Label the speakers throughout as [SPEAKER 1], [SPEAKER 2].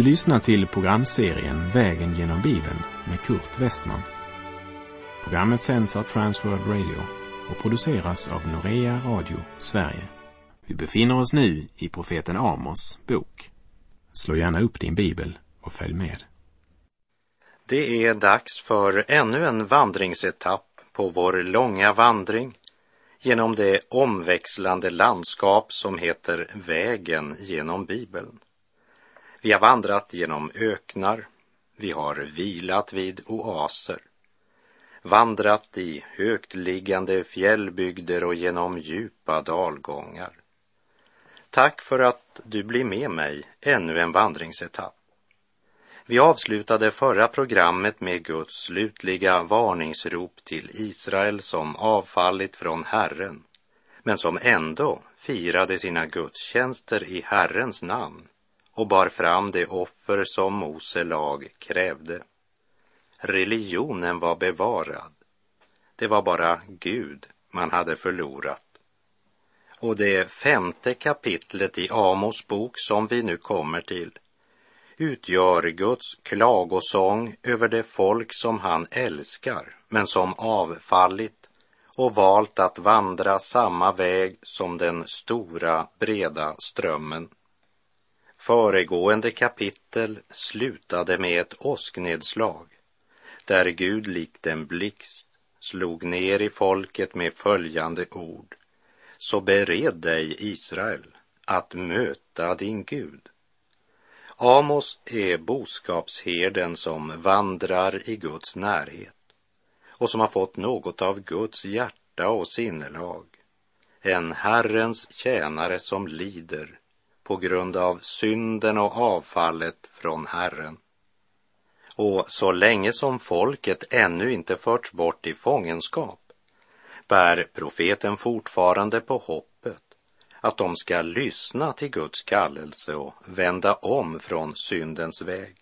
[SPEAKER 1] Du lyssnar till programserien Vägen genom Bibeln med Kurt Westman. Programmet sänds av Transworld Radio och produceras av Norea Radio Sverige. Vi befinner oss nu i profeten Amos bok. Slå gärna upp din bibel och följ med.
[SPEAKER 2] Det är dags för ännu en vandringsetapp på vår långa vandring genom det omväxlande landskap som heter Vägen genom Bibeln. Vi har vandrat genom öknar, vi har vilat vid oaser, vandrat i högtliggande fjällbygder och genom djupa dalgångar. Tack för att du blir med mig ännu en vandringsetapp. Vi avslutade förra programmet med Guds slutliga varningsrop till Israel som avfallit från Herren, men som ändå firade sina gudstjänster i Herrens namn och bar fram det offer som Mose lag krävde. Religionen var bevarad. Det var bara Gud man hade förlorat. Och det 5:e kapitlet i Amos bok som vi nu kommer till utgör Guds klagosång över det folk som han älskar, men som avfallit och valt att vandra samma väg som den stora, breda strömmen. Föregående kapitel slutade med ett åsknedslag, där Gud likt en blixt slog ner i folket med följande ord: så bered dig, Israel, att möta din Gud. Amos är boskapsherden som vandrar i Guds närhet och som har fått något av Guds hjärta och sinnelag. En Herrens tjänare som lider på grund av synden och avfallet från Herren. Och så länge som folket ännu inte förts bort i fångenskap bär profeten fortfarande på hoppet att de ska lyssna till Guds kallelse och vända om från syndens väg.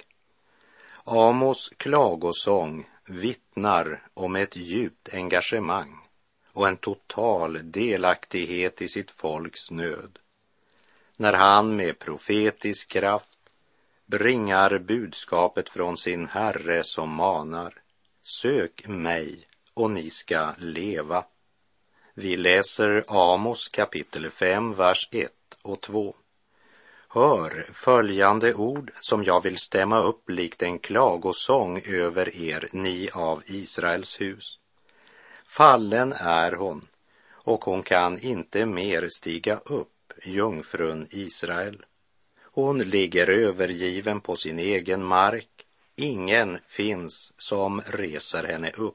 [SPEAKER 2] Amos klagosång vittnar om ett djupt engagemang och en total delaktighet i sitt folks nöd, när han med profetisk kraft bringar budskapet från sin Herre som manar: sök mig och ni ska leva. Vi läser Amos kapitel 5, vers 1 och 2. Hör följande ord som jag vill stämma upp likt en klagosång över er, ni av Israels hus. Fallen är hon, och hon kan inte mer stiga upp, jungfrun Israel. Hon ligger övergiven på sin egen mark, ingen finns som reser henne upp.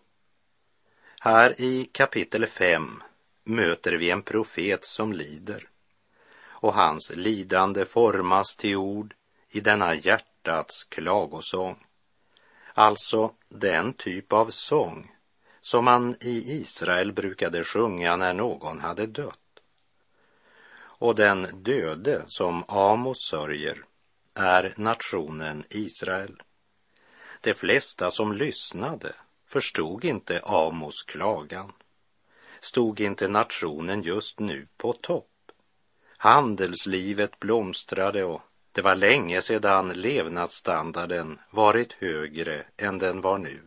[SPEAKER 2] Här i kapitel 5 möter vi en profet som lider, och hans lidande formas till ord i denna hjärtats klagosång. Alltså den typ av sång som man i Israel brukade sjunga när någon hade dött. Och den döde som Amos sörjer är nationen Israel. De flesta som lyssnade förstod inte Amos klagan. Stod inte nationen just nu på topp? Handelslivet blomstrade och det var länge sedan levnadsstandarden varit högre än den var nu.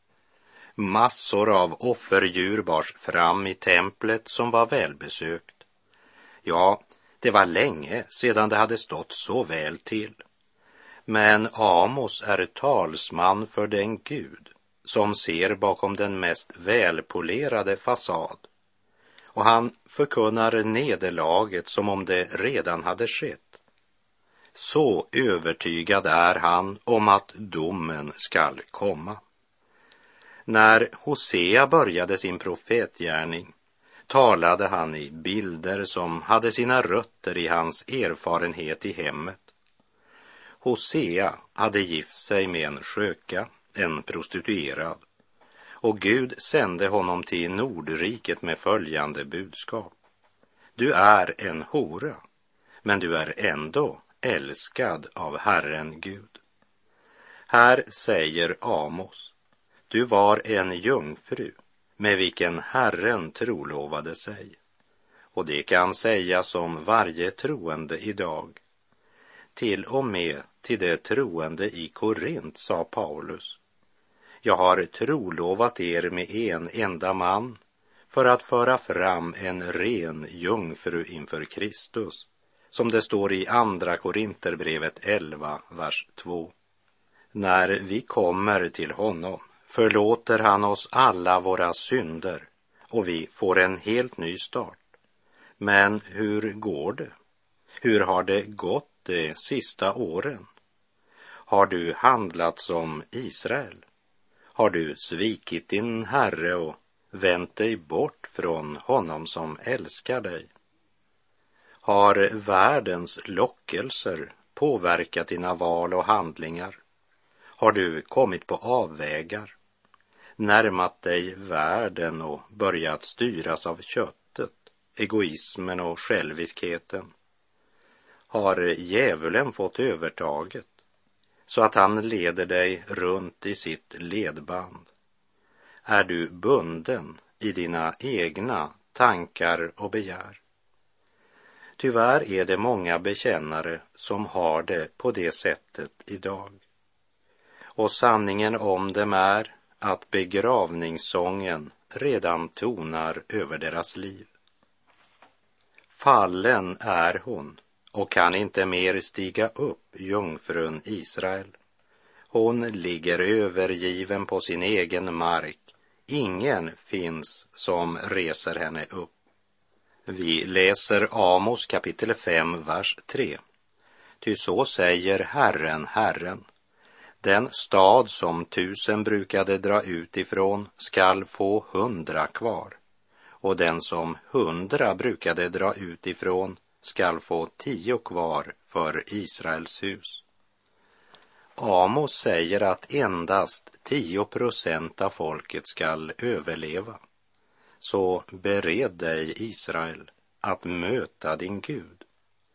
[SPEAKER 2] Massor av offerdjur bars fram i templet som var välbesökt. Ja, det var länge sedan det hade stått så väl till. Men Amos är talsman för den Gud som ser bakom den mest välpolerade fasad. Och han förkunnar nederlaget som om det redan hade skett. Så övertygad är han om att domen skall komma. När Hosea började sin profetgärning talade han i bilder som hade sina rötter i hans erfarenhet i hemmet. Hosea hade gift sig med en sköka, en prostituerad, och Gud sände honom till Nordriket med följande budskap: du är en hora, men du är ändå älskad av Herren Gud. Här säger Amos: du var en jungfru med vilken Herren trolovade sig. Och det kan sägas om varje troende idag. Till och med till de troende i Korint, sa Paulus. Jag har trolovat er med en enda man för att föra fram en ren jungfru inför Kristus, som det står i andra Korinterbrevet 11, vers 2. När vi kommer till honom förlåter han oss alla våra synder och vi får en helt ny start. Men hur går det? Hur har det gått de sista åren? Har du handlat som Israel? Har du svikit din Herre och vänt dig bort från honom som älskar dig? Har världens lockelser påverkat dina val och handlingar? Har du kommit på avvägar, närmat dig världen och börjat styras av köttet, egoismen och själviskheten? Har djävulen fått övertaget så att han leder dig runt i sitt ledband? Är du bunden i dina egna tankar och begär? Tyvärr är det många bekännare som har det på det sättet idag. Och sanningen om dem är att begravningssången redan tonar över deras liv. Fallen är hon och kan inte mer stiga upp, jungfrun Israel. Hon ligger övergiven på sin egen mark. Ingen finns som reser henne upp. Vi läser Amos kapitel 5, vers 3. Ty så säger Herren, Herren. Den stad som 1000 brukade dra ut ifrån skall få 100 kvar, och den som 100 brukade dra ut ifrån skall få 10 kvar för Israels hus. Amos säger att endast 10% av folket skall överleva. Så bered dig, Israel, att möta din Gud.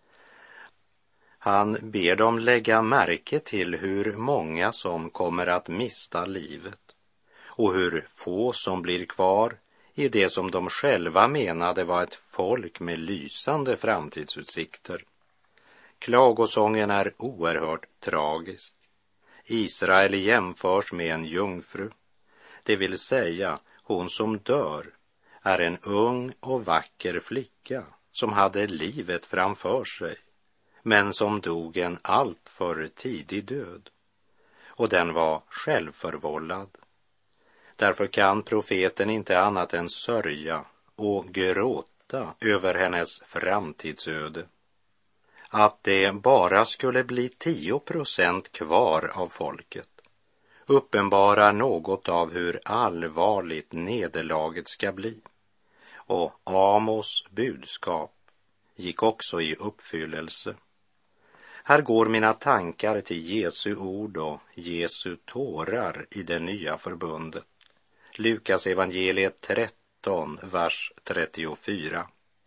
[SPEAKER 2] Han ber dem lägga märke till hur många som kommer att mista livet och hur få som blir kvar i det som de själva menade var ett folk med lysande framtidsutsikter. Klagosången är oerhört tragisk. Israel jämförs med en jungfru, det vill säga hon som dör är en ung och vacker flicka som hade livet framför sig, men som dog en alltför tidig död. Och den var självförvållad. Därför kan profeten inte annat än sörja och gråta över hennes framtidsöde. Att det bara skulle bli 10% kvar av folket uppenbarar något av hur allvarligt nederlaget ska bli. Och Amos budskap gick också i uppfyllelse. Här går mina tankar till Jesu ord och Jesu tårar i det nya förbundet. Lukas evangeliet 13, vers 34.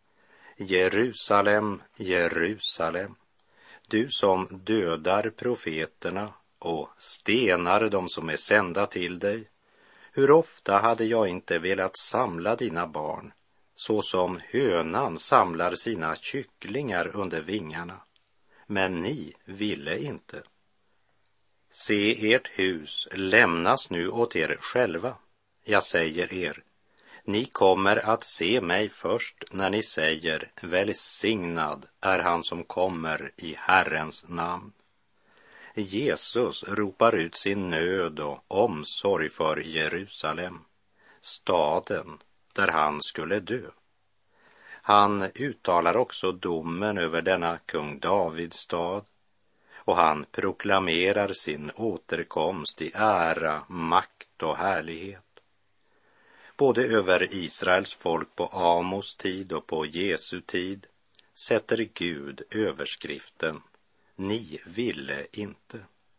[SPEAKER 2] Jerusalem, Jerusalem, du som dödar profeterna och stenar de som är sända till dig. Hur ofta hade jag inte velat samla dina barn, så som hönan samlar sina kycklingar under vingarna. Men ni ville inte. Se, ert hus lämnas nu åt er själva. Jag säger er, ni kommer att se mig först när ni säger, välsignad är han som kommer i Herrens namn. Jesus ropar ut sin nöd och omsorg för Jerusalem, staden där han skulle dö. Han uttalar också domen över denna kung Davids stad, och han proklamerar sin återkomst i ära, makt och härlighet. Både över Israels folk på Amos tid och på Jesu tid sätter Gud överskriften, ni ville inte.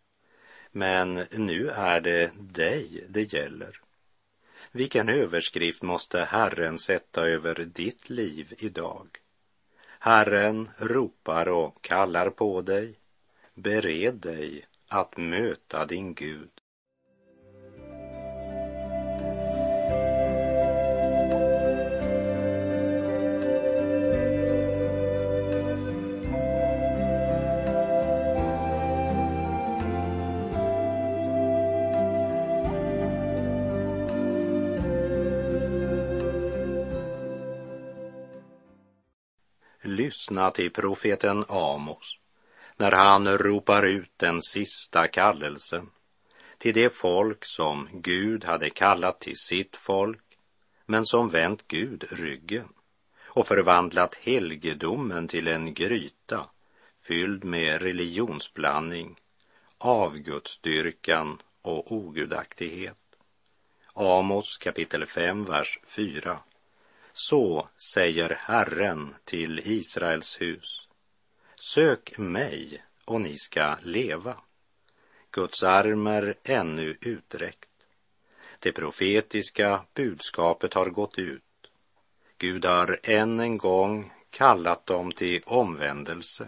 [SPEAKER 2] Men nu är det dig det gäller. Vilken överskrift måste Herren sätta över ditt liv idag? Herren ropar och kallar på dig. Bered dig att möta din Gud. lyssna till profeten Amos när han ropar ut den sista kallelsen till det folk som Gud hade kallat till sitt folk, men som vänt Gud ryggen och förvandlat helgedomen till en gryta fylld med religionsblandning, avgudsdyrkan och ogudaktighet. Amos kapitel 5, vers 4. Så säger Herren till Israels hus: sök mig och ni ska leva. Guds arm är ännu uträckt. Det profetiska budskapet har gått ut. Gud har än en gång kallat dem till omvändelse.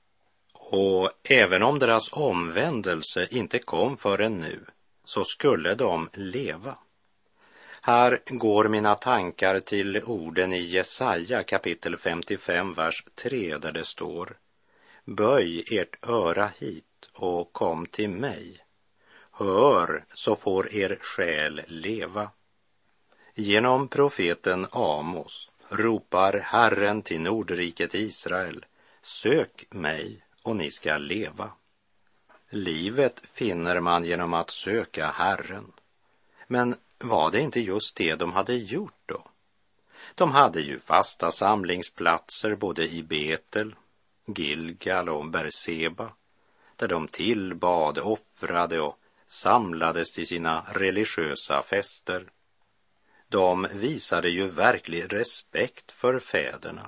[SPEAKER 2] Och även om deras omvändelse inte kom förrän nu, så skulle de leva. Här går mina tankar till orden i Jesaja kapitel 55, vers 3, där det står: böj ert öra hit och kom till mig. Hör, så får er själ leva. Genom profeten Amos ropar Herren till Nordriket Israel: sök mig och ni ska leva. Livet finner man genom att söka Herren. Men var det inte just det de hade gjort då? De hade ju fasta samlingsplatser både i Betel, Gilgal och Berseba, där de tillbad, offrade och samlades till sina religiösa fester. De visade ju verklig respekt för fäderna.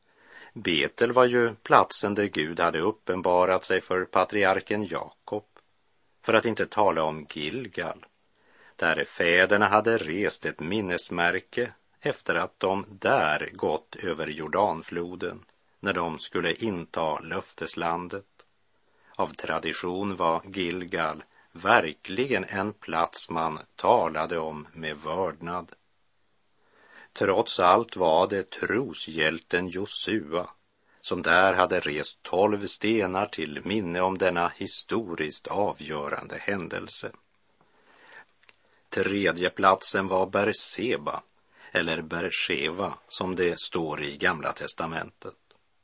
[SPEAKER 2] Betel var ju platsen där Gud hade uppenbarat sig för patriarken Jakob, för att inte tala om Gilgal, där fäderna hade rest ett minnesmärke efter att de där gått över Jordanfloden när de skulle inta löfteslandet. Av tradition var Gilgal verkligen en plats man talade om med vördnad. Trots allt var det troshjälten Josua som där hade rest 12 stenar till minne om denna historiskt avgörande händelse. Tredje platsen var Berseba, eller Bersheva som det står i Gamla testamentet.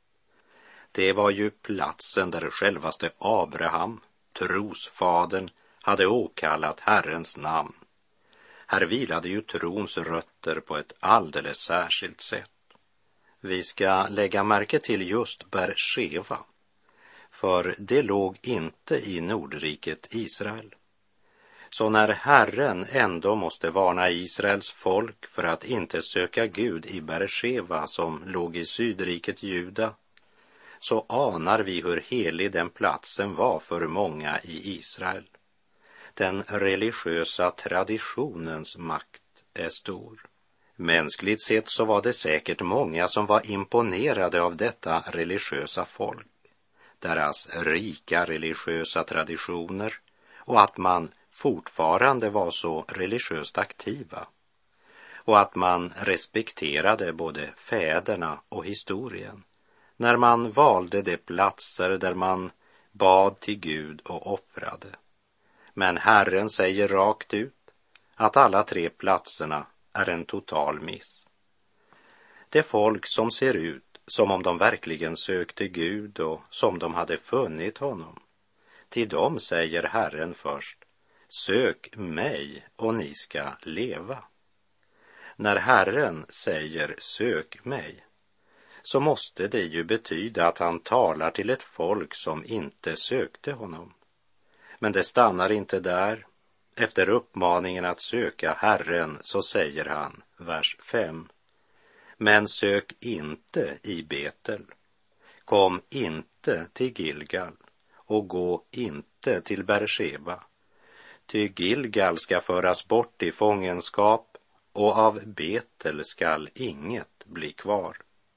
[SPEAKER 2] Det var ju platsen där självaste Abraham, trosfadern, hade åkallat Herrens namn. Här vilade ju trons rötter på ett alldeles särskilt sätt. Vi ska lägga märke till just Bersheva, för det låg inte i Nordriket Israel. Så när Herren ändå måste varna Israels folk för att inte söka Gud i Bersheva som låg i sydriket Juda, så anar vi hur helig den platsen var för många i Israel. Den religiösa traditionens makt är stor. Mänskligt sett så var det säkert många som var imponerade av detta religiösa folk, deras rika religiösa traditioner och att man fortfarande var så religiöst aktiva och att man respekterade både fäderna och historien när man valde de platser där man bad till Gud och offrade. Men Herren säger rakt ut att alla 3 platserna är en total miss. Det folk som ser ut som om de verkligen sökte Gud och som de hade funnit honom, till dem säger Herren först: sök mig och ni ska leva. När Herren säger sök mig, så måste det ju betyda att han talar till ett folk som inte sökte honom. Men det stannar inte där. Efter uppmaningen att söka Herren så säger han, vers 5: men sök inte i Betel, kom inte till Gilgal och gå inte till Bersheba. Ty Gilgal ska föras bort i fångenskap och av Betel skall inget bli kvar.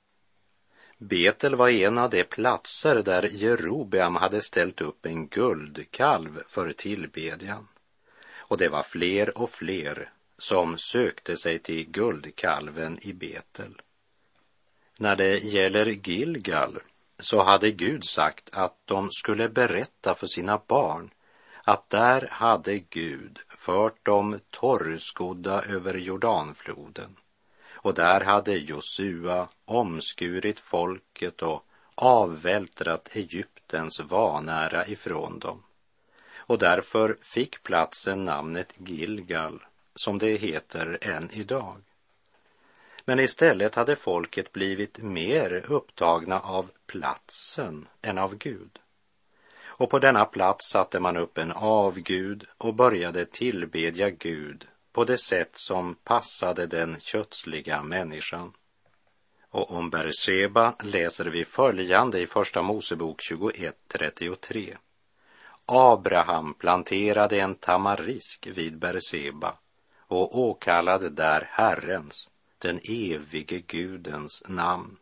[SPEAKER 2] Betel var en av de platser där Jerobeam hade ställt upp en guldkalv för tillbedjan. Och det var fler och fler som sökte sig till guldkalven i Betel. När det gäller Gilgal så hade Gud sagt att de skulle berätta för sina barn att där hade Gud fört dem torrskodda över Jordanfloden och där hade Josua omskurit folket och avvältrat Egyptens vanära ifrån dem. Och därför fick platsen namnet Gilgal, som det heter än idag. Men istället hade folket blivit mer upptagna av platsen än av Gud. Och på denna plats satte man upp en avgud och började tillbedja Gud på det sätt som passade den kötsliga människan. Och om Berseba läser vi följande i Första Mosebok 21:33. Abraham planterade en tamarisk vid Berseba och åkallade där Herrens, den evige Gudens namn.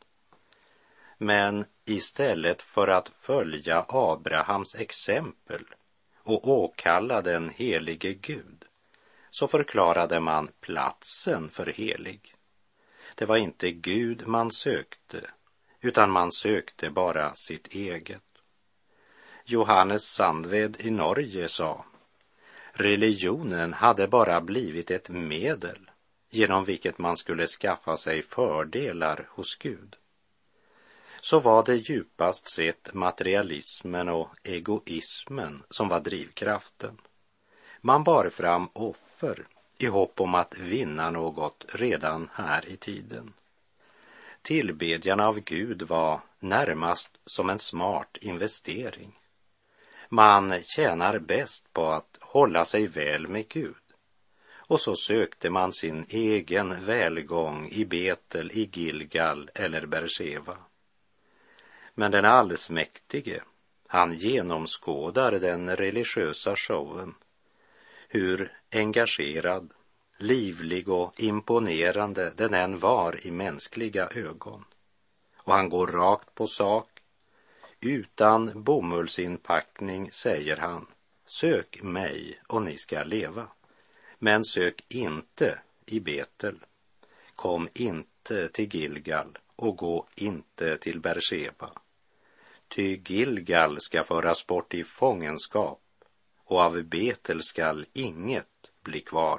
[SPEAKER 2] Men istället för att följa Abrahams exempel och åkalla den helige Gud, så förklarade man platsen för helig. Det var inte Gud man sökte, utan man sökte bara sitt eget. Johannes Sandved i Norge sa: religionen hade bara blivit ett medel genom vilket man skulle skaffa sig fördelar hos Gud. Så var det djupast sett materialismen och egoismen som var drivkraften. Man bar fram offer i hopp om att vinna något redan här i tiden. Tillbedjan av Gud var närmast som en smart investering. Man tjänar bäst på att hålla sig väl med Gud. Och så sökte man sin egen välgång i Betel, i Gilgal eller Berseba. Men den allsmäktige, han genomskådar den religiösa showen. Hur engagerad, livlig och imponerande den än var i mänskliga ögon. Och han går rakt på sak. Utan bomullsinpackning säger han: sök mig och ni ska leva. Men sök inte i Betel. Kom inte till Gilgal och gå inte till Berseba. Ty Gilgal ska föras bort i fångenskap och av Betel skall inget bli kvar.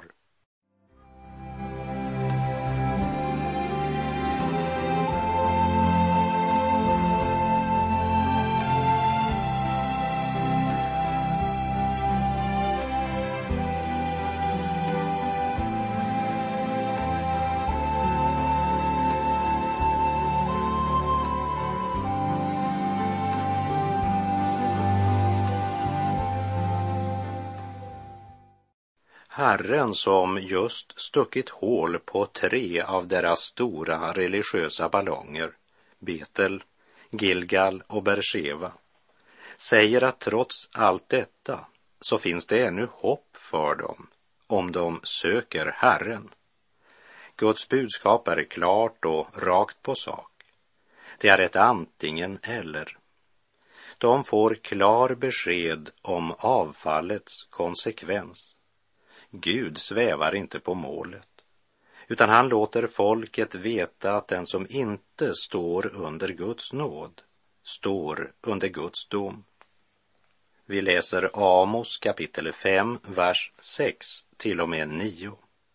[SPEAKER 2] Herren som just stuckit hål på 3 av deras stora religiösa ballonger, Betel, Gilgal och Berseba, säger att trots allt detta så finns det ännu hopp för dem om de söker Herren. Guds budskap är klart och rakt på sak. Det är ett antingen eller. De får klar besked om avfallets konsekvens. Gud svävar inte på målet, utan han låter folket veta att den som inte står under Guds nåd står under Guds dom. Vi läser Amos kapitel 5, vers 6 till och med 9.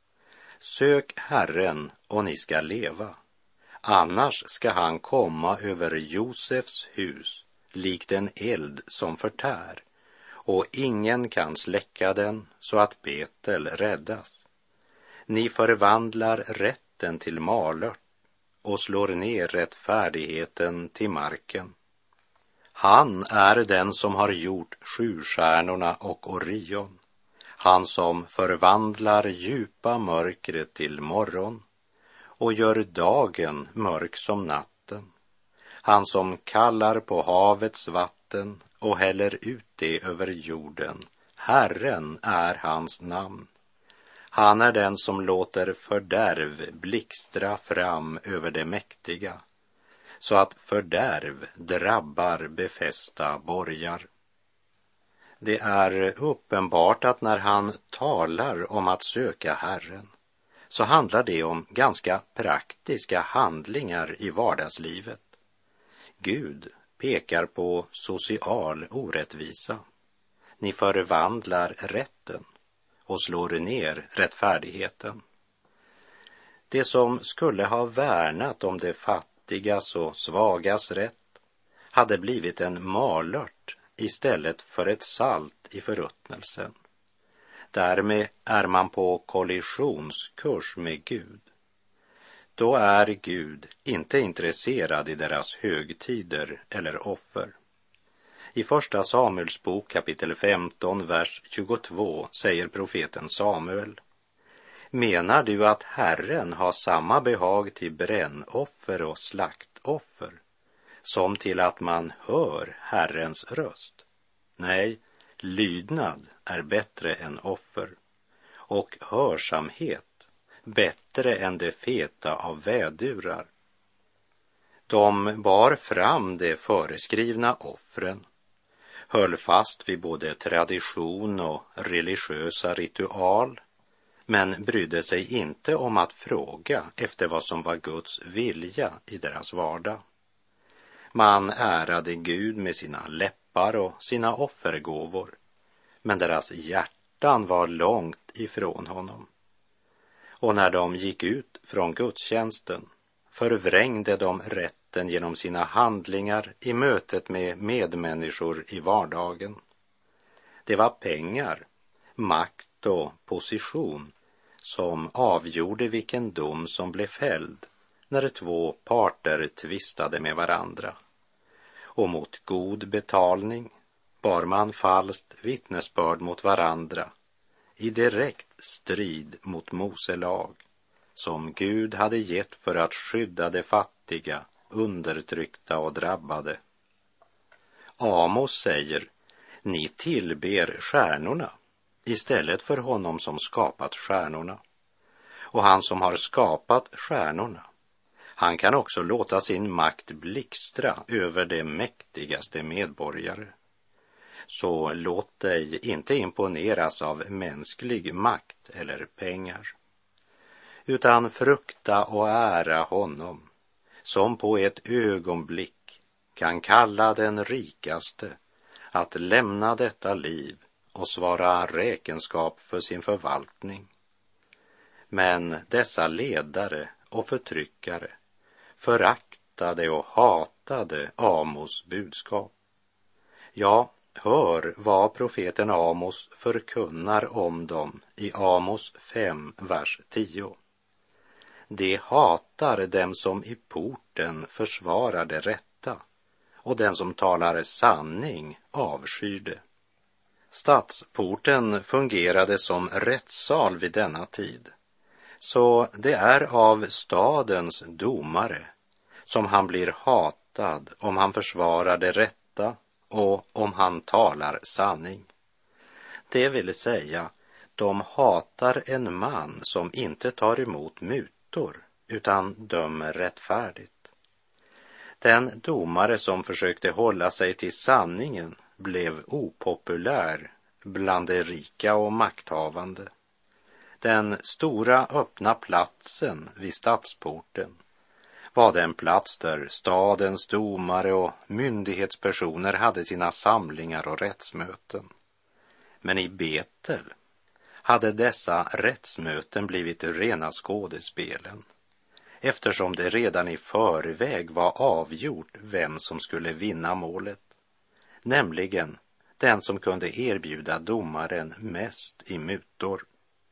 [SPEAKER 2] Sök Herren och ni ska leva, annars ska han komma över Josefs hus likt en eld som förtär, och ingen kan släcka den så att Betel räddas. Ni förvandlar rätten till malört och slår ner rättfärdigheten till marken. Han är den som har gjort 7 stjärnorna och Orion, han som förvandlar djupa mörkret till morgon och gör dagen mörk som natten. Han som kallar på havets vatten och häller ut det över jorden. Herren är hans namn. Han är den som låter fördärv blixtra fram över det mäktiga, så att fördärv drabbar befästa borgar. Det är uppenbart att när han talar om att söka Herren, så handlar det om ganska praktiska handlingar i vardagslivet. Gud pekar på social orättvisa. Ni förvandlar rätten och slår ner rättfärdigheten. Det som skulle ha värnat om de fattigas och svagas rätt hade blivit en malört istället för ett salt i förruttnelsen. Därmed är man på kollisionskurs med Gud. Då är Gud inte intresserad i deras högtider eller offer. I första Samuels bok kapitel 15, vers 22 säger profeten Samuel: menar du att Herren har samma behag till brännoffer och slaktoffer som till att man hör Herrens röst? Nej, lydnad är bättre än offer, och hörsamhet bättre än det feta av vädurar. De bar fram de föreskrivna offren, höll fast vid både tradition och religiösa ritual, men brydde sig inte om att fråga efter vad som var Guds vilja i deras vardag. Man ärade Gud med sina läppar och sina offergåvor, men deras hjärtan var långt ifrån honom. Och när de gick ut från gudstjänsten förvrängde de rätten genom sina handlingar i mötet med medmänniskor i vardagen. Det var pengar, makt och position som avgjorde vilken dom som blev fälld när två parter tvistade med varandra. Och mot god betalning bar man falskt vittnesbörd mot varandra i direkt strid mot Mose lag, som Gud hade gett för att skydda de fattiga, undertryckta och drabbade. Amos säger: ni tillber stjärnorna istället för honom som skapat stjärnorna. Och han som har skapat stjärnorna, han kan också låta sin makt blixtra över de mäktigaste medborgare. Så låt dig inte imponeras av mänsklig makt eller pengar, utan frukta och ära honom som på ett ögonblick kan kalla den rikaste att lämna detta liv och svara räkenskap för sin förvaltning. Men dessa ledare och förtryckare föraktade och hatade Amos budskap. Ja, hör vad profeten Amos förkunnar om dem i Amos 5, vers 10. De hatar dem som i porten försvarar det rätta, och den som talar sanning avskyr det. Stadsporten fungerade som rättssal vid denna tid, så det är av stadens domare som han blir hatad om han försvarar det rätta och om han talar sanning. Det vill säga, de hatar en man som inte tar emot mutor utan dömer rättfärdigt. Den domare som försökte hålla sig till sanningen blev opopulär bland de rika och makthavande. Den stora öppna platsen vid stadsporten var den plats där stadens domare och myndighetspersoner hade sina samlingar och rättsmöten. Men i Betel hade dessa rättsmöten blivit rena skådespelen, eftersom det redan i förväg var avgjort vem som skulle vinna målet, nämligen den som kunde erbjuda domaren mest i mutor.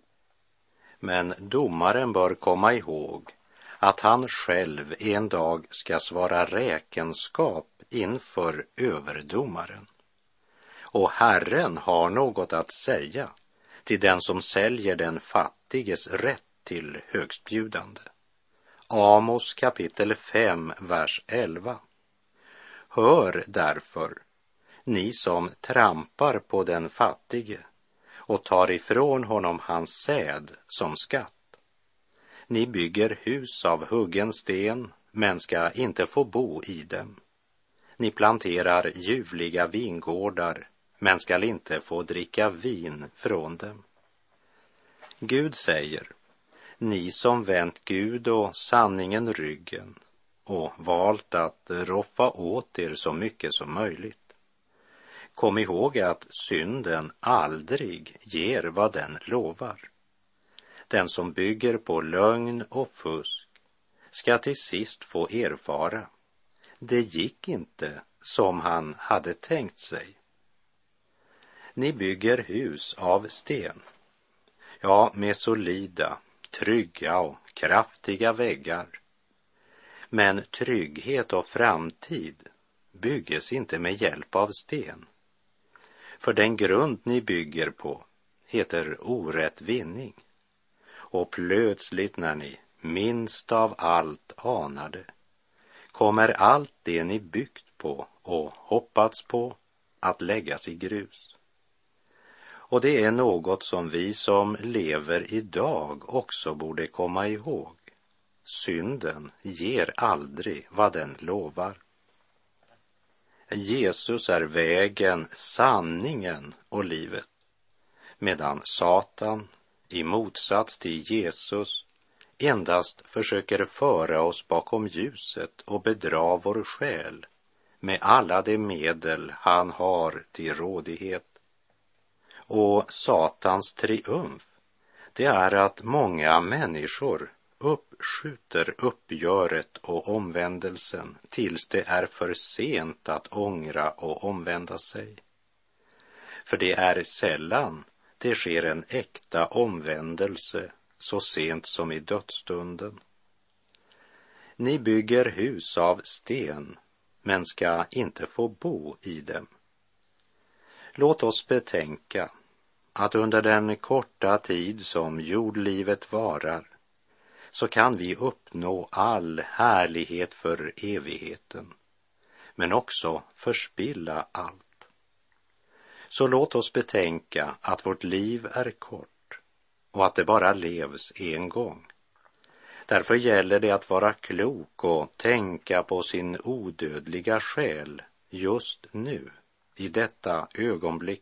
[SPEAKER 2] Men domaren bör komma ihåg att han själv en dag ska svara räkenskap inför överdomaren. Och Herren har något att säga till den som säljer den fattiges rätt till högstbjudande. Amos kapitel 5, vers 11. Hör därför, ni som trampar på den fattige och tar ifrån honom hans säd som skatt. Ni bygger hus av huggen sten, men ska inte få bo i dem. Ni planterar ljuvliga vingårdar, men skall inte få dricka vin från dem. Gud säger: ni som vänt Gud och sanningen ryggen och valt att roffa åt er så mycket som möjligt. Kom ihåg att synden aldrig ger vad den lovar. Den som bygger på lögn och fusk ska till sist få erfara. Det gick inte som han hade tänkt sig. Ni bygger hus av sten. Ja, med solida, trygga och kraftiga väggar. Men trygghet och framtid bygges inte med hjälp av sten. För den grund ni bygger på heter orätt vinning. Och plötsligt när ni minst av allt anar det, kommer allt det ni byggt på och hoppats på att läggas i grus. Och det är något som vi som lever idag också borde komma ihåg. Synden ger aldrig vad den lovar. Jesus är vägen, sanningen och livet, medan Satan, i motsats till Jesus, endast försöker föra oss bakom ljuset och bedra vår själ med alla de medel han har till rådighet. Och Satans triumf, det är att många människor uppskjuter uppgöret och omvändelsen tills det är för sent att ångra och omvända sig. För det är sällan det sker en äkta omvändelse så sent som i dödsstunden. Ni bygger hus av sten, men ska inte få bo i dem. Låt oss betänka att under den korta tid som jordlivet varar så kan vi uppnå all härlighet för evigheten, men också förspilla allt. Så låt oss betänka att vårt liv är kort och att det bara levs en gång. Därför gäller det att vara klok och tänka på sin odödliga själ just nu, i detta ögonblick.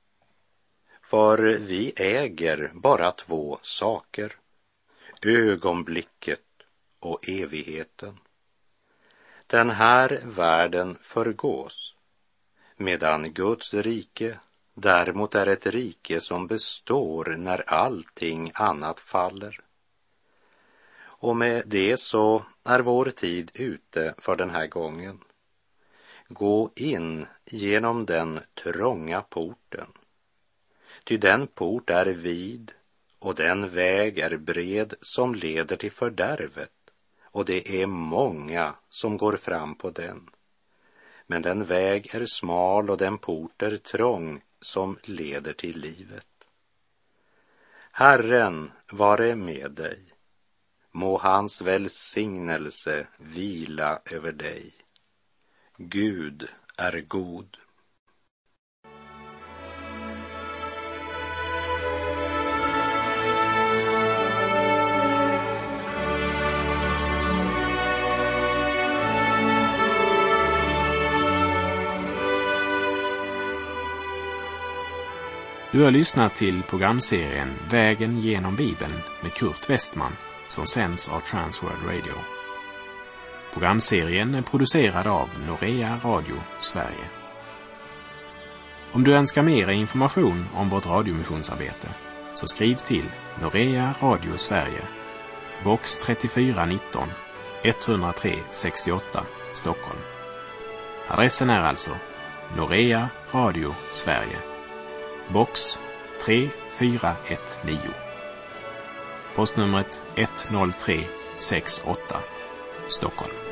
[SPEAKER 2] För vi äger bara två saker, ögonblicket och evigheten. Den här världen förgås, medan Guds rike däremot är ett rike som består när allting annat faller. Och med det så är vår tid ute för den här gången. Gå in genom den trånga porten. Ty den port är vid och den väg är bred som leder till fördärvet, och det är många som går fram på den. Men den väg är smal och den port är trång som leder till livet. Herren vare med dig. Må hans välsignelse vila över dig. Gud är god.
[SPEAKER 1] Du har lyssnat till programserien Vägen genom Bibeln med Kurt Westman som sänds av Transworld Radio. Programserien är producerad av Norea Radio Sverige. Om du önskar mer information om vårt radiomissionsarbete så skriv till Norea Radio Sverige, box 3419 103 68 Stockholm. Adressen är alltså Norea Radio Sverige, box 3419. Postnumret 10368 Stockholm.